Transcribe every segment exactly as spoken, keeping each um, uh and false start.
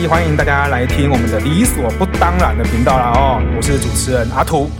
集，欢迎大家来听我们的理所不当然的频道啦哦，我是主持人阿图。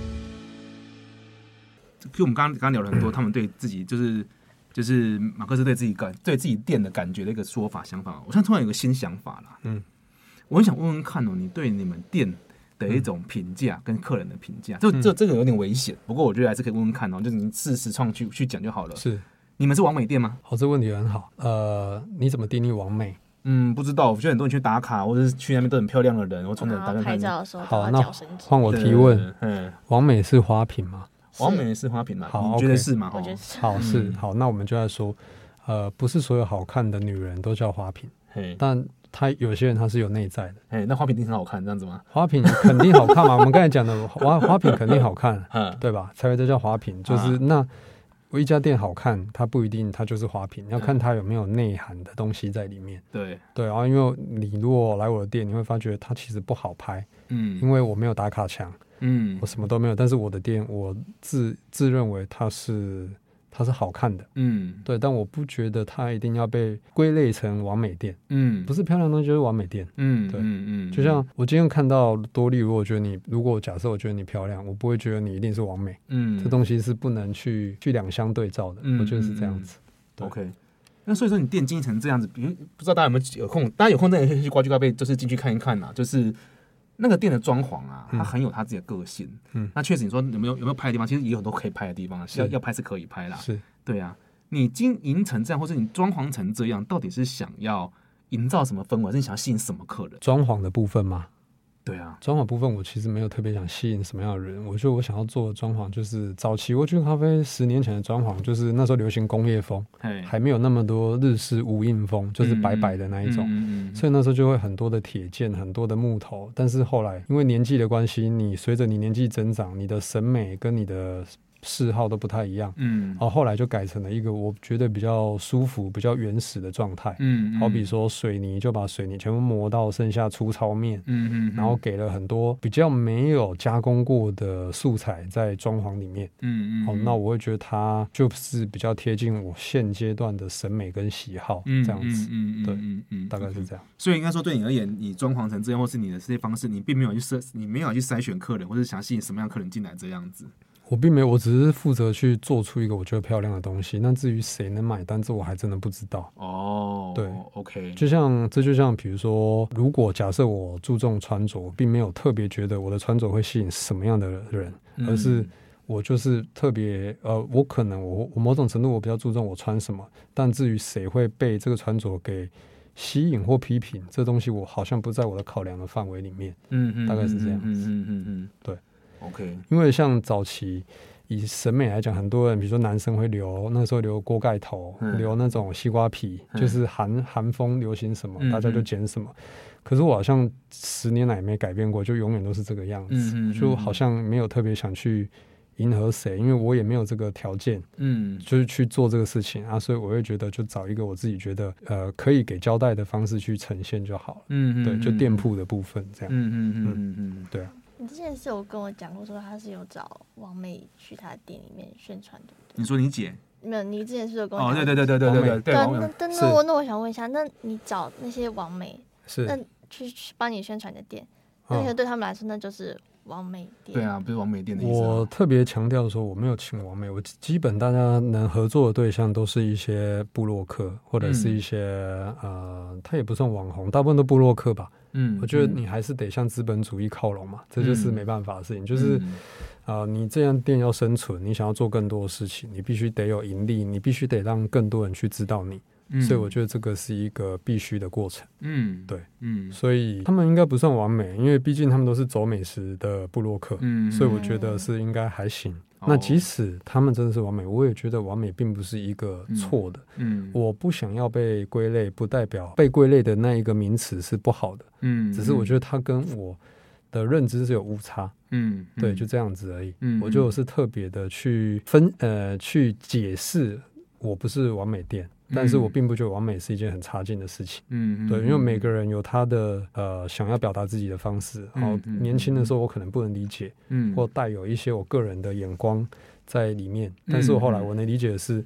就我们刚刚刚聊了很多，他们对自己就是就是马克思对自己感对自己店的感觉的一个说法想法。我现在突然有个新想法啦，嗯，我很想问问看哦，你对你们店的一种评价跟客人的评价，这这这个有点危险，不过我觉得还是可以问问看哦，就是你事实创去去讲就好了。 是， 你们是网美店吗？ 好，这个问题很好。呃，你怎么定义网美？ 嗯，不知道，我觉得很多人去打卡，或者是去那边都很漂亮的人，我穿的打扮拍照的时候， 好，那换我提问。嗯，网美是花瓶吗？ 网美是花瓶吗？ 好， 你觉得是吗？ 我觉得是。 好，是好，那我们就在说，呃，不是所有好看的女人都叫花瓶，但她有些人她是有内在的。 哎，那花瓶一定很好看，这样子吗？ 花瓶肯定好看嘛？我们刚才讲的花花瓶肯定好看，对吧？才会这叫花瓶，就是那。我一家店好看，它不一定它就是花瓶，要看它有没有内涵的东西在里面。 对对，然后因为你如果来我的店，你会发觉它其实不好拍，嗯，因为我没有打卡墙，嗯，我什么都没有，但是我的店我自自认为它是它是好看的，嗯，对，但我不觉得它一定要被归类成网美店，嗯，不是漂亮的东西就是网美店，嗯，对，嗯嗯，就像我今天看到多莉，如果觉得你，如果假设我觉得你漂亮，我不会觉得你一定是网美，嗯，这东西是不能去去两相对照的，嗯，我觉得是这样子。 嗯、OK， 那所以说你店经营成这样子，比如不知道大家有没有有空，大家有空真的可以去瓜居咖啡，就是进去看一看啊，就是那个店的装潢啊，它很有它自己的个性。嗯，那确实你说有没有有没有拍的地方，其实也有很多可以拍的地方，要要拍是可以拍啦。 是， 对啊。你经营成这样，或者你装潢成这样，到底是想要营造什么氛围，还是你想要吸引什么客人？ 装潢的部分吗？ 对啊， 装潢部分我其实没有特别想吸引什么样的人。我觉得我想要做的装潢就是早期蜗居咖啡十年前的装潢，就是那时候流行工业风，还没有那么多日式无印风，就是白白的那一种，嗯嗯嗯、所以那时候就会很多的铁件，很多的木头。但是后来因为年纪的关系，你随着你年纪增长，你的审美跟你的嗜好都不太一样，嗯，然后后来就改成了一个我觉得比较舒服、比较原始的状态，嗯，好比说水泥就把水泥全部磨到剩下粗糙面，嗯 嗯, 嗯，然后给了很多比较没有加工过的素材在装潢里面，嗯 嗯, 嗯，好，那我会觉得它就是比较贴近我现阶段的审美跟喜好，嗯，这样子，嗯 嗯, 嗯, 对，嗯嗯，大概是这样。 所以应该说对你而言，你装潢成这样，或是你的这些方式，你并没有去筛，你没有去筛选客人，或是想吸引什么样的客人进来这样子。 我并没有，我只是负责去做出一个我觉得漂亮的东西。那至于谁能买单，这我还真的不知道。 哦， 对 ，OK， 就像这就像比如说，如果假设我注重穿着，我并没有特别觉得我的穿着会吸引什么样的人，嗯、而是我就是特别呃，我可能我我某种程度我比较注重我穿什么，但至于谁会被这个穿着给吸引或批评，这东西我好像不在我的考量的范围里面。嗯嗯，大概是这样子。嗯嗯嗯嗯，对。 OK， 因为像早期以审美来讲，很多人比如说男生会留那时候留锅盖头，嗯、留那种西瓜皮，嗯、就是韩韩风流行什么，嗯、大家就剪什么。可是我好像十年来也没改变过，就永远都是这个样子，嗯嗯嗯、就好像没有特别想去迎合谁，因为我也没有这个条件，嗯，就是去做这个事情啊，所以我会觉得就找一个我自己觉得呃可以给交代的方式去呈现就好了，嗯, 嗯, 嗯对，就店铺的部分这样，嗯嗯嗯嗯嗯，对啊。 你之前是有跟我讲过，说他是有找网美去他店里面宣传的。 你说你姐？ 没有，你之前是有跟我讲。 哦，对对对对对对对。 那那那我那我想问一下，那你找那些网美， 是那去帮你宣传的店，那些对他们来说那就是网美店。 对啊，不是网美店的意思。 我特别强调说，我没有请网美，我基本大家能合作的对象都是一些部落客，或者是一些、嗯、呃，他也不算网红，大部分都部落客吧。嗯，我觉得你还是得向资本主义靠拢嘛，这就是没办法的事情。嗯、就是，嗯、呃，你这样店要生存，你想要做更多的事情，你必须得有盈利，你必须得让更多人去知道你。嗯、所以我觉得这个是一个必须的过程。嗯，对，嗯，所以他们应该不算完美，因为毕竟他们都是走美食的部落客，嗯，所以我觉得是应该还行。那即使他们真的是完美，我也觉得完美并不是一个错的。嗯，我不想要被归类，不代表被归类的那一个名词是不好的。嗯，只是我觉得它跟我的认知是有误差。嗯，对，就这样子而已。嗯，我觉得我是特别的去分呃去解释，我不是完美店。但是我并不觉得完美是一件很差劲的事情，嗯，对，因为每个人有他的呃想要表达自己的方式，然后年轻的时候我可能不能理解，嗯，或带有一些我个人的眼光在里面，但是我后来我能理解的是，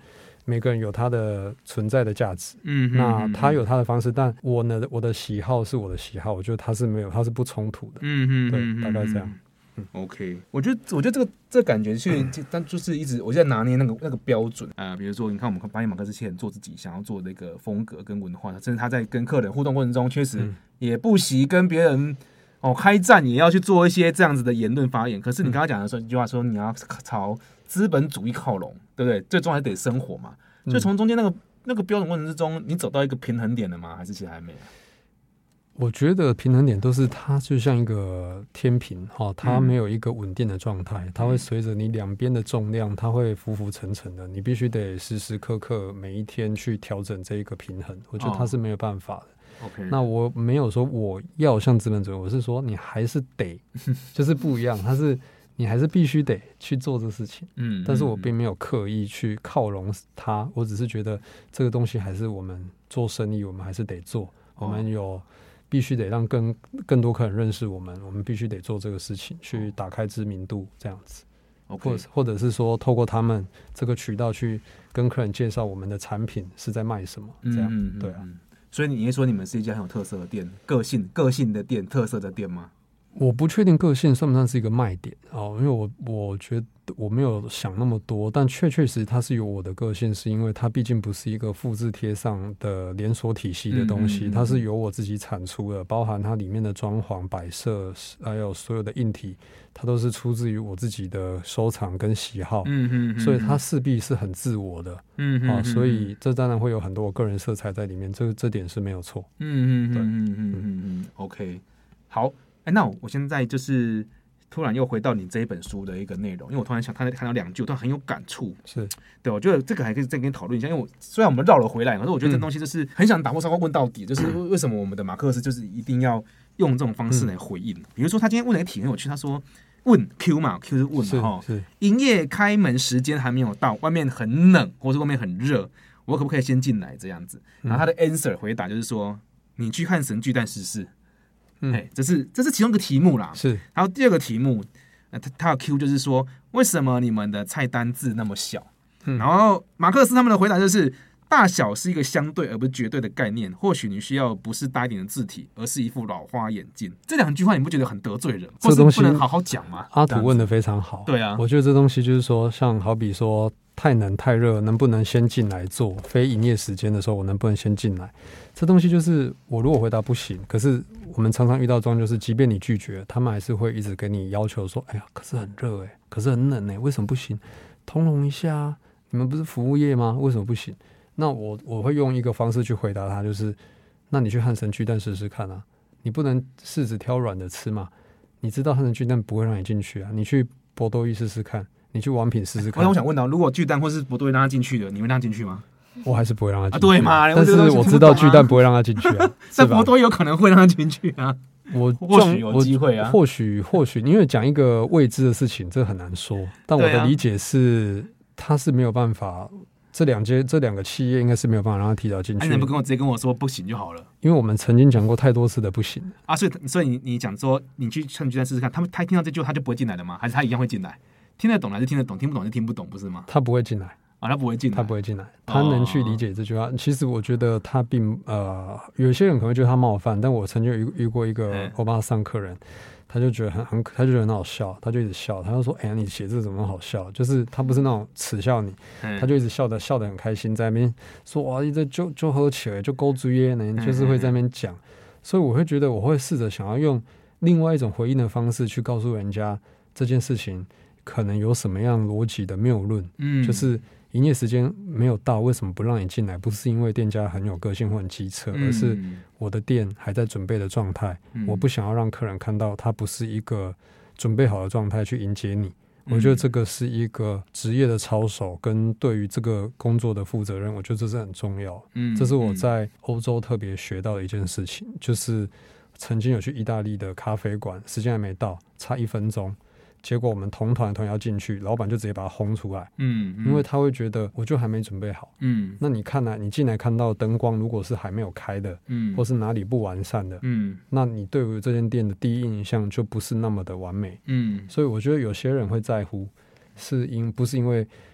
每个人有他的存在的价值， 嗯， 那他有他的方式，但我呢，我的喜好是我的喜好，我觉得他是没有，他是不冲突的， 嗯嗯， 对，大概这样。 嗯、OK， 我觉得，我觉得这个这个感觉去，但就是一直我在拿捏那个那个标准啊、呃，比如说，你看我们巴黎马克之前做自己想要做的一个风格跟文化，甚至他在跟客人互动过程中，确实也不惜跟别人哦开战，也要去做一些这样子的言论发言。可是你刚刚讲的时候，一句话说你要朝资本主义靠拢，对不对？最终还得生活嘛。所以从中间那个那个标准过程之中，你走到一个平衡点了吗？还是其实还没有？ 我觉得平衡点都是它就像一个天平、哦、它没有一个稳定的状态、嗯、它会随着你两边的重量它会浮浮沉沉的，你必须得时时刻刻每一天去调整这一个平衡，我觉得它是没有办法的、哦、okay. 那我没有说我要像资本主义，我是说你还是得就是不一样，它是你还是必须得去做这个事情，嗯，但是我并没有刻意去靠拢它，我只是觉得这个东西还是我们做生意我们还是得做、哦、我们有必须得让更更多客人认识我们，我们必须得做这个事情，去打开知名度，这样子。Okay. 或者或者是说，透过他们这个渠道去跟客人介绍我们的产品是在卖什么，这样、嗯、对啊。 所以你会说你们是一家很有特色的店，个性个性的店，特色的店吗？ 我不确定个性算不算是一个卖点哦，因为我我觉得我没有想那么多，但确确实它是有我的个性，是因为它毕竟不是一个复制贴上的连锁体系的东西，嗯嗯嗯嗯，它是由我自己产出的，包含它里面的装潢摆设还有所有的硬体，它都是出自于我自己的收藏跟喜好，嗯嗯嗯嗯，所以它势必是很自我的，嗯嗯嗯嗯，啊，所以这当然会有很多我个人色彩在里面，这这点是没有错， 嗯嗯嗯嗯嗯嗯嗯 OK 好。哎，那我现在就是突然又回到你这一本书的一个内容，因为我突然想看看到两句，我突然很有感触。 是， 对，我觉得这个还可以再跟你讨论一下。因为我虽然我们绕了回来，可是我觉得这东西就是很想打破砂锅问到底，就是为什么我们的马克思就是一定要用这种方式来回应？嗯、比如说他今天问了一个题很有趣，他说问 Q 嘛 ，Q 是问嘛哈，营业开门时间还没有到，外面很冷或是外面很热，我可不可以先进来这样子？然后他的 answer 回答就是说，你去看神巨蛋试试。嗯，这是这是其中一个题目啦， 是。 然后第二个题目，呃，他他的 Q 就是说，为什么你们的菜单字那么小？嗯、然后马克思他们的回答就是，大小是一个相对而不是绝对的概念，或许你需要不是大一点的字体，而是一副老花眼镜。这两句话你不觉得很得罪人？ 这东西不能好好讲吗？ 阿土问的非常好， 对啊， 我觉得这东西就是说，像好比说太冷太热，能不能先进来做？非营业时间的时候，我能不能先进来？这东西就是我如果回答不行，可是我们常常遇到状况就是，即便你拒绝，他们还是会一直给你要求说：“哎呀，可是很热哎、欸，可是很冷哎、欸，为什么不行？通融一下啊！你们不是服务业吗？为什么不行？”那我我会用一个方式去回答他，就是：那你去汉神巨蛋试试看啊！你不能柿子挑软的吃嘛？你知道汉神巨蛋不会让你进去啊！你去博多伊试试看，你去王品试试看。 那我想问到，如果巨蛋或是博多伊让他进去的，你会让他进去吗？ 我还是不会让他进去、 啊，对嘛？ 但是我知道巨蛋不会让他进去啊， 但博多有可能会让他进去啊。 我或许有机会啊， 或许或许，因为讲一个未知的事情，这很难说。但我的理解是，他是没有办法，这两间这两个企业应该是没有办法让他提早进去。 你怎么不跟我直接跟我说不行就好了？ 因为我们曾经讲过太多次的不行啊，所以所以你你讲说你去趁巨蛋试试看，他们他听到这句他就不会进来了吗？还是他一样会进来？听得懂还是听得懂，听不懂还是听不懂，不是吗？ 他不会进来。 啊、他不会进来， 他不会进来，他能去理解这句话。哦、其实我觉得他并呃，有些人可能会觉得他冒犯，但我曾经有 遇, 遇过一个欧巴桑客人，他就觉得很很，他就觉得很好笑，他就一直笑，他就说：“哎呀，你写这怎么那么好笑？”就是他不是那种耻笑你，他就一直笑的笑得很开心，在那边说：“哇，这就就喝起来就勾追耶呢，就是会在那边讲。”所以我会觉得我会试着想要用另外一种回应的方式去告诉人家这件事情可能有什么样逻辑的谬论，嗯，就是。营业时间没有到，为什么不让你进来？不是因为店家很有个性或很机车，而是我的店还在准备的状态、嗯。我不想要让客人看到他不是一个准备好的状态去迎接你。我觉得这个是一个职业的操守跟对于这个工作的负责任，我觉得这是很重要。嗯，这是我在欧洲特别学到的一件事情，就是曾经有去意大利的咖啡馆，时间还没到，差一分钟。结果我们同团团要进去，老板就直接把他轰出来，嗯，嗯因为他会觉得我就还没准备好，嗯，那你看来你进来看到灯光如果是还没有开的，嗯，或是哪里不完善的，嗯，那你对于这间店的第一印象就不是那么的完美，嗯，所以我觉得有些人会在乎，是因不是因为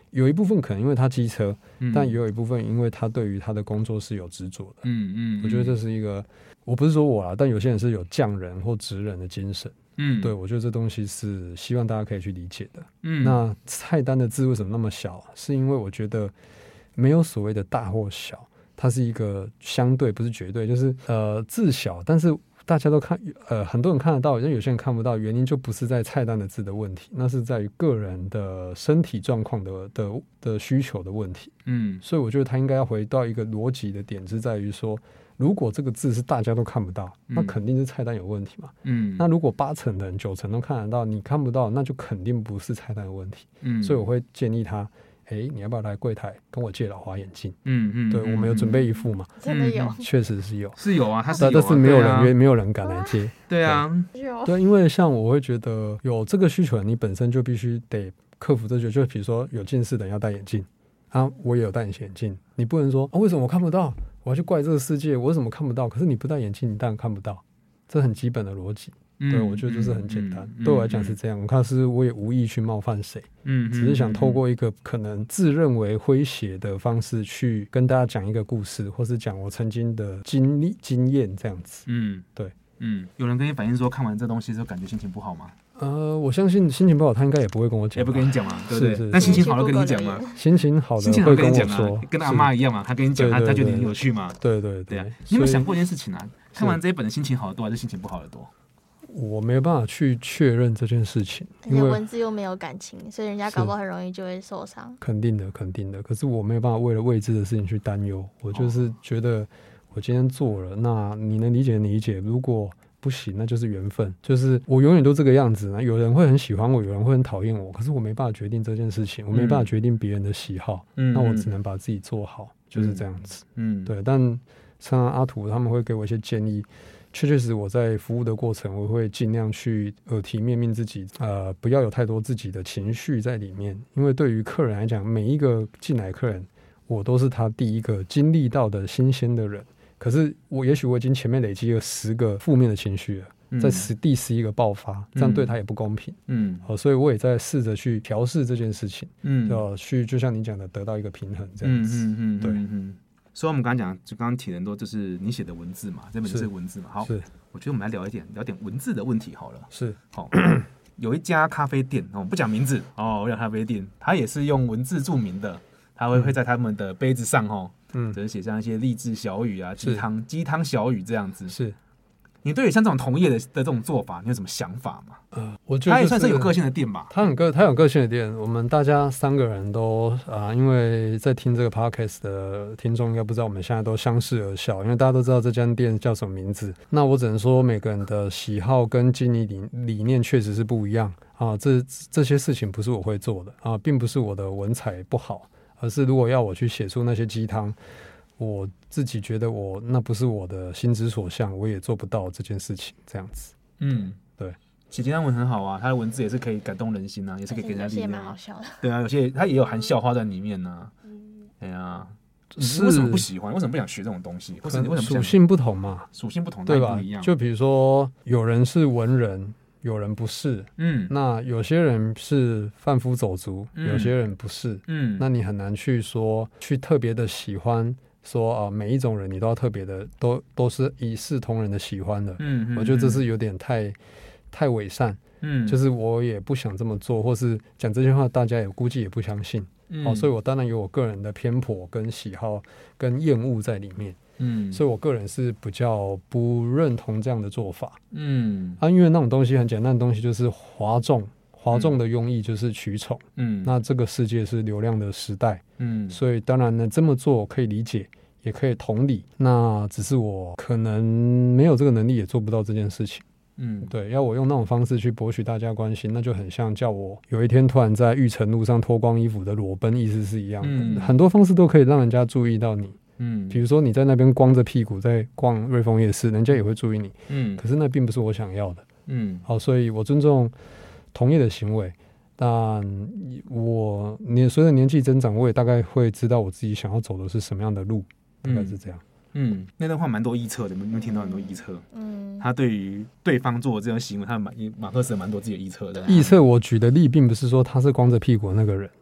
有一部分可能因为他机车、嗯，但也有一部分因为他对于他的工作是有执着的。嗯嗯，我觉得这是一个，我不是说我啦，但有些人是有匠人或职人的精神。嗯，对，我觉得这东西是希望大家可以去理解的。嗯，那菜单的字为什么那么小？是因为我觉得没有所谓的大或小，它是一个相对，不是绝对，就是呃字小，但是大家都看，呃很多人看得到，但有些人看不到，原因就不是在菜单的字的问题，那是在于个人的身体状况的的的需求的问题。嗯，所以我觉得他应该要回到一个逻辑的点，是在于说，如果这个字是大家都看不到，那肯定是菜单有问题嘛。嗯，那如果八成的人、九成都看得到，你看不到，那就肯定不是菜单的问题。嗯，所以我会建议他，哎，你要不要来柜台跟我借老花眼镜？嗯嗯，对，我们有准备一副嘛， 真的有， 确实是有， 是有啊，他是有、啊， 但是没有人约、啊，没有人敢来接。 对啊， 对，对，因为像我会觉得有这个需求，你本身就必须得克服这些，就比如说有近视的人要戴眼镜啊，我也有戴隐形眼镜，你不能说啊，为什么我看不到？我要去怪这个世界，我为什么看不到？可是你不戴眼镜，你当然看不到，这很基本的逻辑。嗯、对，我觉得就是很简单。嗯、对我来讲是这样，嗯、我看是我也无意去冒犯谁，嗯，只是想透过一个可能自认为诙谐的方式去跟大家讲一个故事，或是讲我曾经的经历、经验这样子。嗯，对， 嗯，有人跟你反映说看完这东西之后感觉心情不好吗？ 呃，我相信心情不好，他应该也不会跟我讲， 也不跟你讲嘛，对不对？是是是，但心情好了跟你讲嘛， 心情好的会跟我说， 跟阿妈一样嘛，他跟你讲，他他觉得很有趣嘛， 对对 对, 对啊。你有没有想过一件事情啊？看完这一本的心情好的多还是心情不好的多？ 我没有办法去确认这件事情， 因为文字又没有感情，所以人家搞不好很容易就会受伤。 肯定的，肯定的。可是我没有办法为了未知的事情去担忧，我就是觉得我今天做了，那你能理解理解，如果不行，那就是缘分，就是我永远都这个样子。有人会很喜欢我，有人会很讨厌我，可是我没办法决定这件事情，我没办法决定别人的喜好，嗯、那我只能把自己做好，就是这样子。嗯，对。但像阿土他们会给我一些建议，确确实我在服务的过程，我会尽量去耳提面命自己，呃，不要有太多自己的情绪在里面，因为对于客人来讲，每一个进来的客人，我都是他第一个经历到的新鲜的人。可是我也许我已经前面累积了十个负面的情绪了，嗯、在十第十一个爆发，这样对他也不公平。嗯，好，所以我也在试着去调试这件事情，嗯，要去就像你讲的，得到一个平衡，这样子。嗯嗯嗯，对。嗯， 所以我们刚刚讲，就刚刚提很多，就是你写的文字嘛，这本就是文字嘛。好，我觉得我们来聊一点聊点文字的问题好了。 是， 好，有一家咖啡店哦，不讲名字哦，我讲咖啡店，它也是用文字著名的，它会会在他们的杯子上哦。嗯，只是写上一些励志小语啊，鸡汤鸡汤小语这样子。 是，你对于像这种同业的的这种做法，你有什么想法吗？ 呃，我觉得、就是、 他也算是有个性的店吧。 他很个，他有个性的店。我们大家三个人都啊、呃，因为在听这个 podcast 的听众应该不知道，我们现在都相视而笑，因为大家都知道这间店叫什么名字。那我只能说，每个人的喜好跟经营理理念确实是不一样啊。这这些事情不是我会做的啊，并不是我的文采不好。而是如果要我去写出那些鸡汤，我自己觉得我那不是我的心之所向，我也做不到这件事情，这样子。嗯，对。 写鸡汤文很好啊，他的文字也是可以感动人心啊，也是可以给人家力量。 有些蛮好笑的。 对啊，有些他也有含笑话在里面啊。嗯，对啊。你为什么不喜欢？为什么不想学这种东西？或者你为什么属性不同嘛？ 属性不同， 对吧？ 不一样。 就比如说，有人是文人。有人不是，嗯，那有些人是贩夫走卒，嗯、有些人不是，嗯，那你很难去说去特别的喜欢说啊、呃，每一种人你都要特别的都都是一视同仁的喜欢的，嗯，我觉得这是有点太太伪善，嗯，就是我也不想这么做，或是讲这些话，大家也估计也不相信，嗯，哦，所以我当然有我个人的偏颇跟喜好跟厌恶在里面。嗯，所以我个人是比较不认同这样的做法。嗯，啊，因为那种东西很简单的东西就是哗众，哗众的用意就是取宠。嗯，那这个世界是流量的时代。嗯，所以当然呢，这么做可以理解，也可以同理。那只是我可能没有这个能力，也做不到这件事情。嗯，对，要我用那种方式去博取大家关心，那就很像叫我有一天突然在玉成路上脱光衣服的裸奔，意思是一样的。嗯，很多方式都可以让人家注意到你。嗯，比如说你在那边光着屁股在逛瑞丰夜市，人家也会注意你。嗯，可是那并不是我想要的。嗯，好，所以我尊重同业的行为，但我年随着年纪增长，我也大概会知道我自己想要走的是什么样的路，大概是这样。 嗯，那段话蛮多臆测的，有没有听到很多臆测？嗯，他对于对方做这种行为，他马马克思有蛮多自己的臆测的。 臆测我举的例，并不是说他是光着屁股那个人，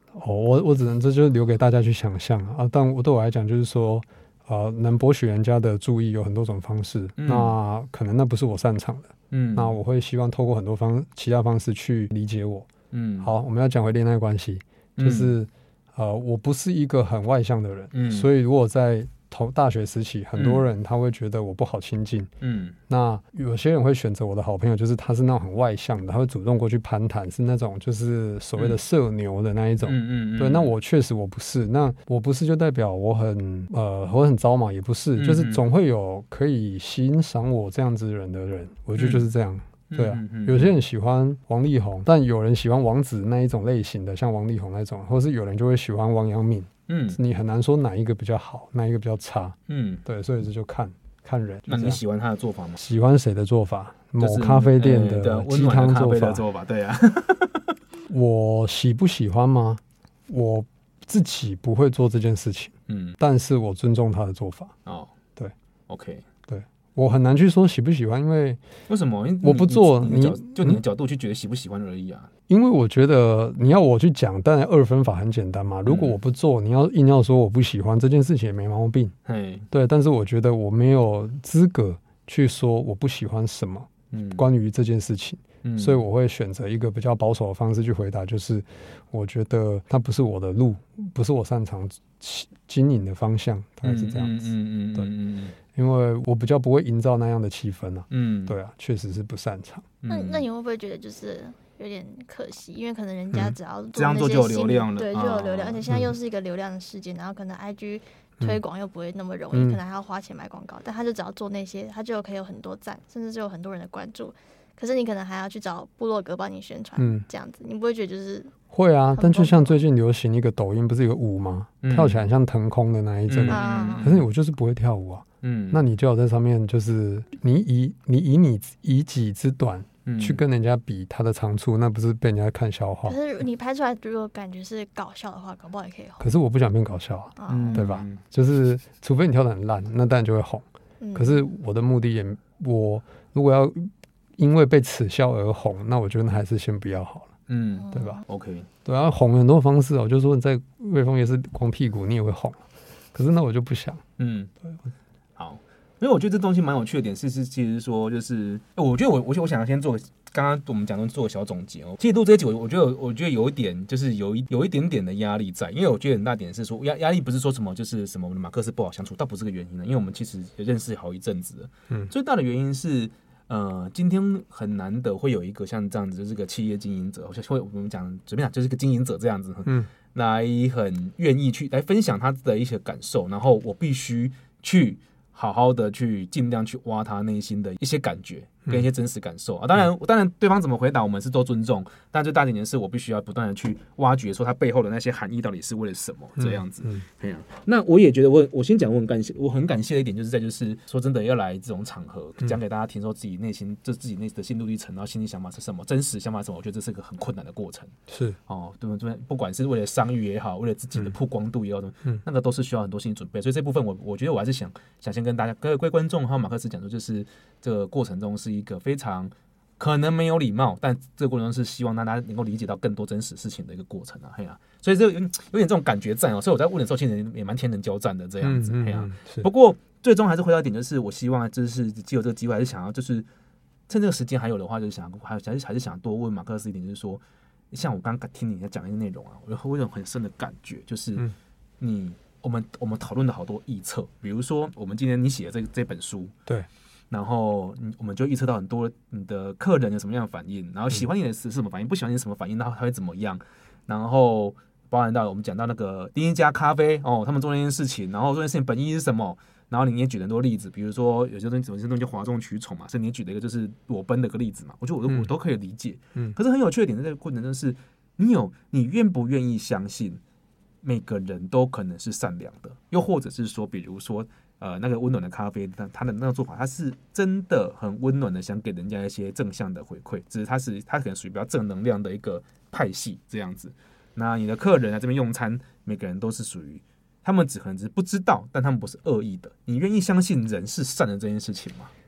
哦，我我只能这就留给大家去想象啊。但我对我来讲，就是说，呃，能博取人家的注意有很多种方式，嗯、那可能那不是我擅长的，嗯，那我会希望透过很多方其他方式去理解我，嗯，好，我们要讲回恋爱关系，就是、嗯、呃，我不是一个很外向的人，嗯，所以如果在同大学时期，很多人他会觉得我不好亲近，嗯，那有些人会选择我的好朋友，就是他是那种很外向的，他会主动过去攀谈，是那种就是所谓的社牛的那一种，嗯嗯嗯，对，那我确实我不是，那我不是就代表我很呃我很糟嘛，也不是，就是总会有可以欣赏我这样子人的人，我觉得就是这样。嗯对啊，嗯嗯嗯、有些人喜欢王力宏，但有人喜欢王子那一种类型的，像王力宏那种，或是有人就会喜欢王阳明。嗯，你很难说哪一个比较好，哪一个比较差。嗯，对，所以这就看看人。 那你喜欢他的做法吗？ 喜欢谁的做法？某咖啡店的鸡汤做法。 做法对啊。 我喜不喜欢吗？我自己不会做这件事情。嗯，但是我尊重他的做法。哦，对 ，OK。 我很难去说喜不喜欢，因为为什么我不做？ 你, 你, 你就你的角度去觉得喜不喜欢而已啊。 因为我觉得你要我去讲，当然二分法很简单嘛。如果我不做，你要硬要说我不喜欢这件事情也没毛病。嗯，对。但是我觉得我没有资格去说我不喜欢什么，嗯，关于这件事情。嗯，所以我会选择一个比较保守的方式去回答，就是我觉得它不是我的路，不是我擅长经营的方向，大概是这样子。嗯嗯嗯，对。嗯因为我比较不会营造那样的气氛啊，嗯，对啊，确实是不擅长。 那那你会不会觉得就是有点可惜？因为可能人家只要做这样做就有流量了， 对，就有流量，而且现在又是一个流量的事件，然后可能 I G 推广又不会那么容易，可能还要花钱买广告，但他就只要做那些，他就可以有很多赞，甚至就有很多人的关注。可是你可能还要去找部落格帮你宣传，嗯，这样子，你不会觉得就是会啊？但就像最近流行一个抖音，不是有个舞吗？嗯、跳起来像腾空的那一阵，嗯、可是我就是不会跳舞啊。嗯，那你就要在上面，就是你以你以你以己之短、嗯、去跟人家比他的长处，那不是被人家看笑话？ 可是你拍出来如果感觉是搞笑的话，搞不好也可以红。 可是我不想变搞笑啊，嗯、对吧？就是除非你跳得很烂，那当然就会红。嗯、可是我的目的也，我如果要因为被耻笑而红，那我觉得还是先不要好了。嗯，对吧 ？OK， 对啊，红很多方式哦，就是说你在瑞丰夜市光屁股你也会红，可是那我就不想。嗯，对。 好，因为我觉得这东西蛮有趣的点是，是其实说就是，我觉得我我我想要先做个，刚刚我们讲的做个小总结哦。其实录这一集，我我觉得我觉得有一点就是有一有一点点的压力在，因为我觉得很大点是说压压力不是说什么就是什么马克思不好相处，倒不是个原因的，因为我们其实也认识好一阵子了。嗯，最大的原因是。呃，今天很难得会有一个像这样子，就是个企业经营者，会我们讲随便讲，就是个经营者这样子，嗯，来很愿意去来分享他的一些感受，然后我必须去好好的去尽量去挖他内心的一些感觉跟一些真實感受啊。当然，当然对方怎么回答我们是都尊重，但最大的一点是我必須要不斷的去挖掘，說他背後的那些含義到底是為了什麼這樣子。嗯嗯啊、那我也覺得我我先講我很感謝，我很感謝的一點就是在就是說真的要來這種場合講給大家聽，說自己內心就自己內的心路歷程，然後心理想法是什麼，真實想法是什麼，我覺得這是一個很困難的過程。 是哦，對不對？不管是為了商譽也好，為了自己的曝光度也好，嗯，那個都是需要很多心理準備。所以這部分我我覺得我還是想想先跟大家各位觀眾還有馬克思講說，就是這個過程中是一個非常可能沒有禮貌，但這個過程中是希望大家能夠理解到更多真實事情的一個過程啊，嘿啊，所以這有有點這種感覺在哦，所以我在問的時候，其實也蠻天人交戰的這樣子，嘿啊。不過最終還是回到一點，就是我希望就是藉由這個機會，還是想要就是趁這個時間還有的話，就是想還還是還是想多問馬克思一點，就是說，像我剛剛聽你在講的內容啊，我有一種很深的感覺，就是你我們我們討論了好多臆測，比如說我們今天你寫的這這本書， 對。 然後我們就預測到很多你的客人有什麼樣的反應，然後喜歡你的是什麼反應，不喜歡你是什麼反應，然後他會怎麼樣，然後包含到我們講到那個第一家咖啡哦，他們做那件事情，然後做那件事情本意是什麼，然後你也舉了很多例子，比如說有些東西有些東西就譁眾取寵嘛，所以你舉了一個就是裸奔的一個例子嘛，我覺得我都、嗯、我都可以理解，嗯，可是很有趣的點在這個過程就是你有你願不願意相信每個人都可能是善良的，又或者是說比如說呃，那個溫暖的咖啡，他的那個做法，他是真的很溫暖的，想給人家一些正向的回饋。只是他是他可能屬於比較正能量的一個派系這樣子。那你的客人來這邊用餐，每個人都是屬於他們只可能只是不知道，但他們不是惡意的。你願意相信人是善的這件事情嗎？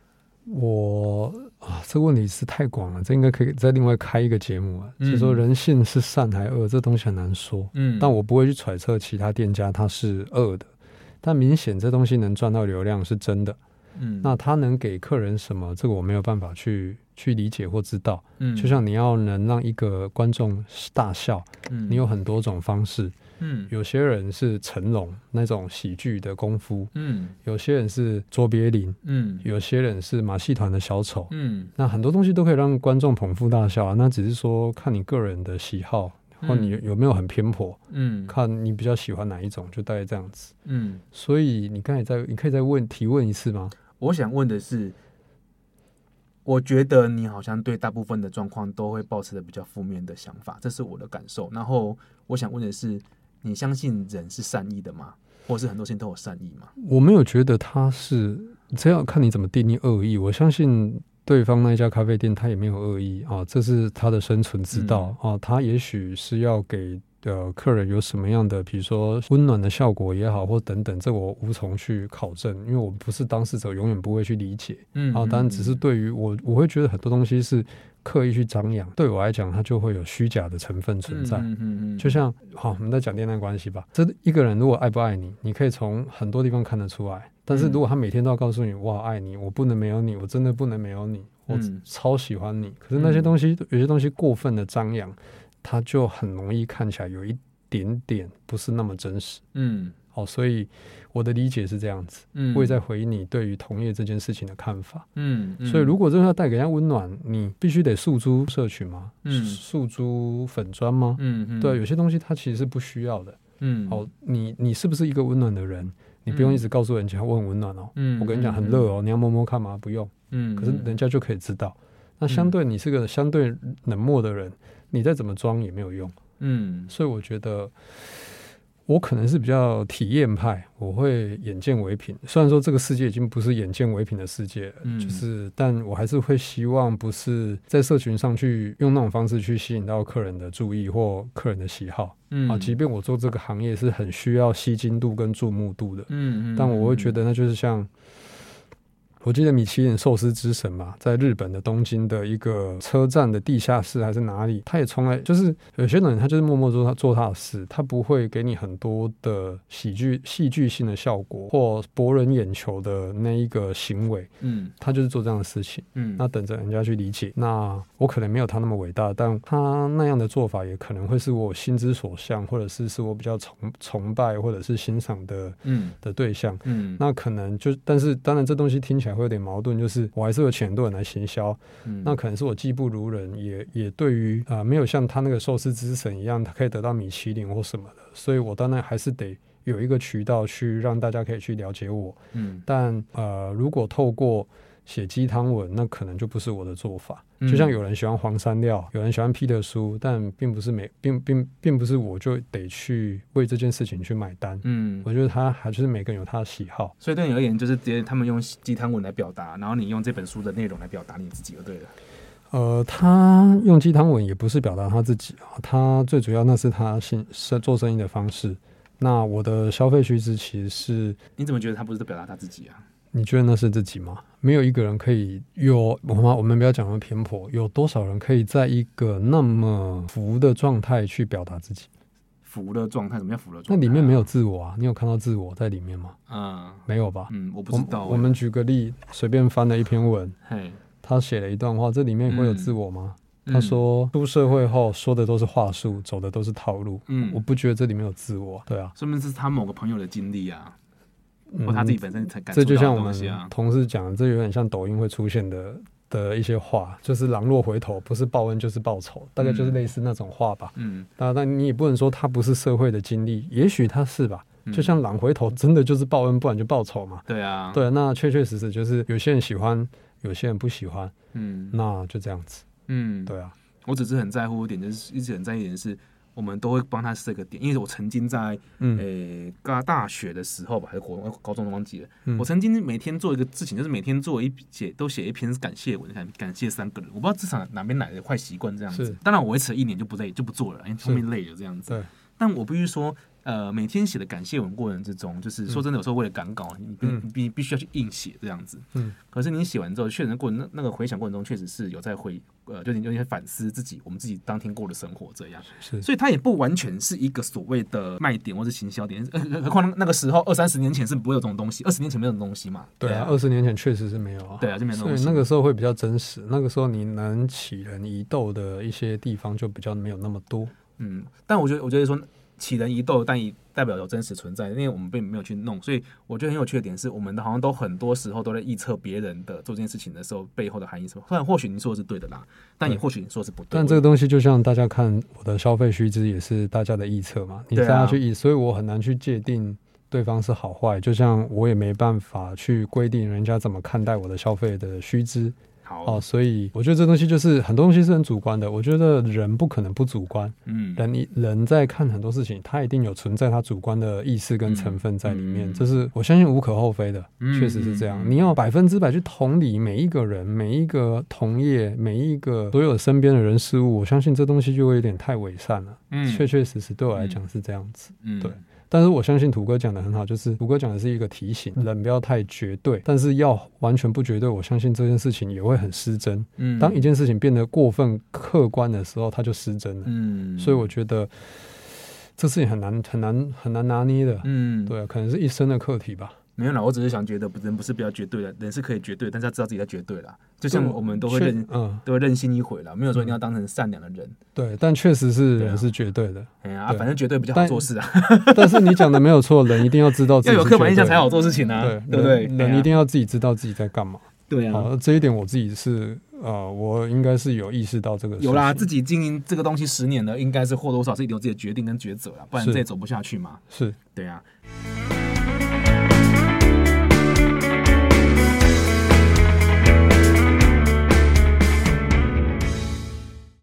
我啊，这个问题是太广了，这应该可以再另外开一个节目啊。嗯、就说人性是善还恶，这东西很难说。嗯，但我不会去揣测其他店家他是恶的，但明显这东西能赚到流量是真的。嗯，那他能给客人什么，这个我没有办法去去理解或知道。嗯，就像你要能让一个观众大笑，嗯，你有很多种方式。嗯，有些人是成龙那种喜剧的功夫，嗯，有些人是卓别林，嗯，有些人是马戏团的小丑，嗯，那很多东西都可以让观众捧腹大笑啊。那只是说看你个人的喜好，或你有没有很偏颇，嗯，看你比较喜欢哪一种，就大概这样子，嗯。所以你刚才再，你可以再问提问一次吗？ 我想问的是，我觉得你好像对大部分的状况都会抱持着比较负面的想法，这是我的感受。然后我想问的是，你相信人是善意的吗？或是很多事情都有善意吗？ 我没有觉得他是，这要看你怎么定义恶意。我相信对方那一家咖啡店他也没有恶意啊，这是他的生存之道、嗯、啊，他也许是要给呃客人有什么样的，比如说温暖的效果也好，或等等，这我无从去考证，因为我不是当事者，永远不会去理解。嗯，啊，当然只是对于我，我会觉得很多东西是刻意去张扬，对我来讲，它就会有虚假的成分存在。嗯嗯嗯，就像好，我们在讲恋爱关系吧，这一个人如果爱不爱你，你可以从很多地方看得出来。但是如果他每天都要告诉你，我好爱你，我不能没有你，我真的不能没有你，我超喜欢你，可是那些东西，有些东西过分的张扬，它就很容易看起来有一点点不是那么真实。嗯，好，所以我的理解是这样子。嗯，我也在回应你对于同业这件事情的看法。嗯，嗯，所以如果真的要带给人家温暖，你必须得诉诸社群吗？嗯，诉诸粉专吗？嗯嗯，对，有些东西它其实是不需要的。嗯，好，你你是不是一个温暖的人？你不用一直告诉人家我很温暖哦。嗯，我跟你讲很热哦，你要摸摸看吗？不用。嗯，可是人家就可以知道。那相对你是个相对冷漠的人，你再怎么装也没有用。嗯，所以我觉得我可能是比较体验派，我会眼见为凭。虽然说这个世界已经不是眼见为凭的世界了，嗯，就是但我还是会希望不是在社群上去用那种方式去吸引到客人的注意或客人的喜好。嗯，啊，即便我做这个行业是很需要吸睛度跟注目度的。嗯嗯，但我会觉得那就是像。我记得米其林寿司之神嘛，在日本的东京的一个车站的地下室还是哪里，他也从来就是有些人他就是默默做他做他的事，他不会给你很多的喜剧戏剧性的效果或博人眼球的那一个行为，嗯，他就是做这样的事情，嗯，那等着人家去理解。那我可能没有他那么伟大，但他那样的做法也可能会是我心之所向，或者是是我比较崇崇拜或者是欣赏的，嗯的对象，嗯，那可能就但是当然这东西听起来会有点矛盾，就是我还是有请很多人来行销、嗯、那可能是我技不如人，也也对于、呃、没有像他那个寿司之神一样他可以得到米其林或什么的，所以我当然还是得有一个渠道去让大家可以去了解我、嗯、但呃，如果透过写鸡汤文，那可能就不是我的做法、嗯、就像有人喜欢黄山料，有人喜欢 Peter 书，但并不是每 并, 并, 并不是我就得去为这件事情去买单。嗯，我觉得他还是每个人有他的喜好， 所以对你而言就是直接他们用鸡汤文来表达，然后你用这本书的内容来表达你自己就对了。 呃，他用鸡汤文也不是表达他自己啊，他最主要那是他做生意的方式。那我的消费趋势其实是， 你怎么觉得他不是表达他自己啊？ 你觉得那是自己吗？没有一个人可以有，我们不要讲那么偏颇，有多少人可以在一个那么浮的状态去表达自己？ 浮的状态？什么叫浮的状态、啊？ 那里面没有自我啊！你有看到自我在里面吗？ 嗯， 没有吧？ 嗯，我不知道、欸我。 我们举个例，随便翻了一篇文，嘿，他写了一段话，这里面会有自我吗？嗯、他说出社会后说的都是话术，走的都是套路。嗯，我不觉得这里面有自我。对啊， 说明是他某个朋友的经历啊。或他自己本身才感受到的东西啊、嗯、这就像我们同事讲的，这有点像抖音会出现的的一些话，就是狼若回头，不是报恩就是报仇，大概就是类似那种话吧。嗯，但但你也不能说他不是社会的经历，也许他是吧。嗯、就像狼回头，真的就是报恩，不然就报仇嘛。 对啊， 对，那确确实实就是有些人喜欢，有些人不喜欢。嗯，那就这样子。嗯，对啊。 我只是很在乎一点，就是一直很在意一点是。我们都会帮他设个点，因为我曾经在嗯诶、欸、大学的时候吧，还是国高中忘记了、嗯。我曾经每天做一个事情，就是每天做一写都写一篇感谢文，感谢三个人。我不知道至少哪边来的坏习惯这样子。当然我维持了一年就不累就不做了，因为后面累了这样子。对。但我必须说， 呃每天写的感谢文过程之中，就是说真的，有时候为了赶稿，你必、嗯、必必须要去硬写这样子。嗯，可是你写完之后，确实过程那那个回想过程中，确实是有在回呃，就是有点反思自己我们自己当天过的生活这样。是，所以它也不完全是一个所谓的卖点或是行销点，何况那个时候二三十年前是不会有这种东西，二十年前没有这种东西嘛。 对啊，二十年前确实是没有啊。 对啊，就没有这种东西。 所以那个时候会比较真实，那个时候你能起人疑窦的一些地方就比较没有那么多。嗯， 但我觉得，我觉得说起人疑窦，但也代表有真实存在，因为我们并没有去弄，所以我觉得很有趣的点是，我们的好像都很多时候都在臆测别人的做这件事情的时候背后的含义是什么。虽然或许你说的是对的啦，但也或许你说的是不对。 但这个东西就像大家看我的消费须知，也是大家的臆测嘛，你大家去臆，所以我很难去界定对方是好坏，就像我也没办法去规定人家怎么看待我的消费的须知。哦，所以我觉得这东西就是很多东西是很主观的。我觉得人不可能不主观，嗯，人人在看很多事情，他一定有存在他主观的意识跟成分在里面，嗯、这是我相信无可厚非的，确、嗯、实是这样。嗯、你要百分之百去同理每一个人、每一个同业、每一个所有身边的人事物，我相信这东西就会有点太伪善了。嗯，确确实实对我来讲是这样子，嗯，对。但是我相信土哥讲的很好，就是土哥讲的是一个提醒，人不要太绝对，但是要完全不绝对，我相信这件事情也会很失真。嗯，当一件事情变得过分客观的时候，它就失真了。嗯，所以我觉得这事情很难很难很难拿捏的。嗯，对啊，可能是一生的课题吧。 没有啦，我只是想觉得人不是比较绝对的，人是可以绝对，但是要知道自己在绝对啦。就像我们都会任、嗯、都会任性一回啦，没有说一定要当成善良的人。 对，但确实是人是绝对的。 哎呀、啊，反正绝对比较好做事啊。 但, 但是你讲的没有错，人一定要知道自己要有刻板印象才好做事情啊，对对不对？ 人一定要自己知道自己在干嘛。 对啊， 好，这一点我自己是呃，我应该是有意识到这个事情。 有啦，自己经营这个东西十年了，应该是或多或少是一定有自己的决定跟抉择啦，不然这也走不下去嘛。 是， 对啊。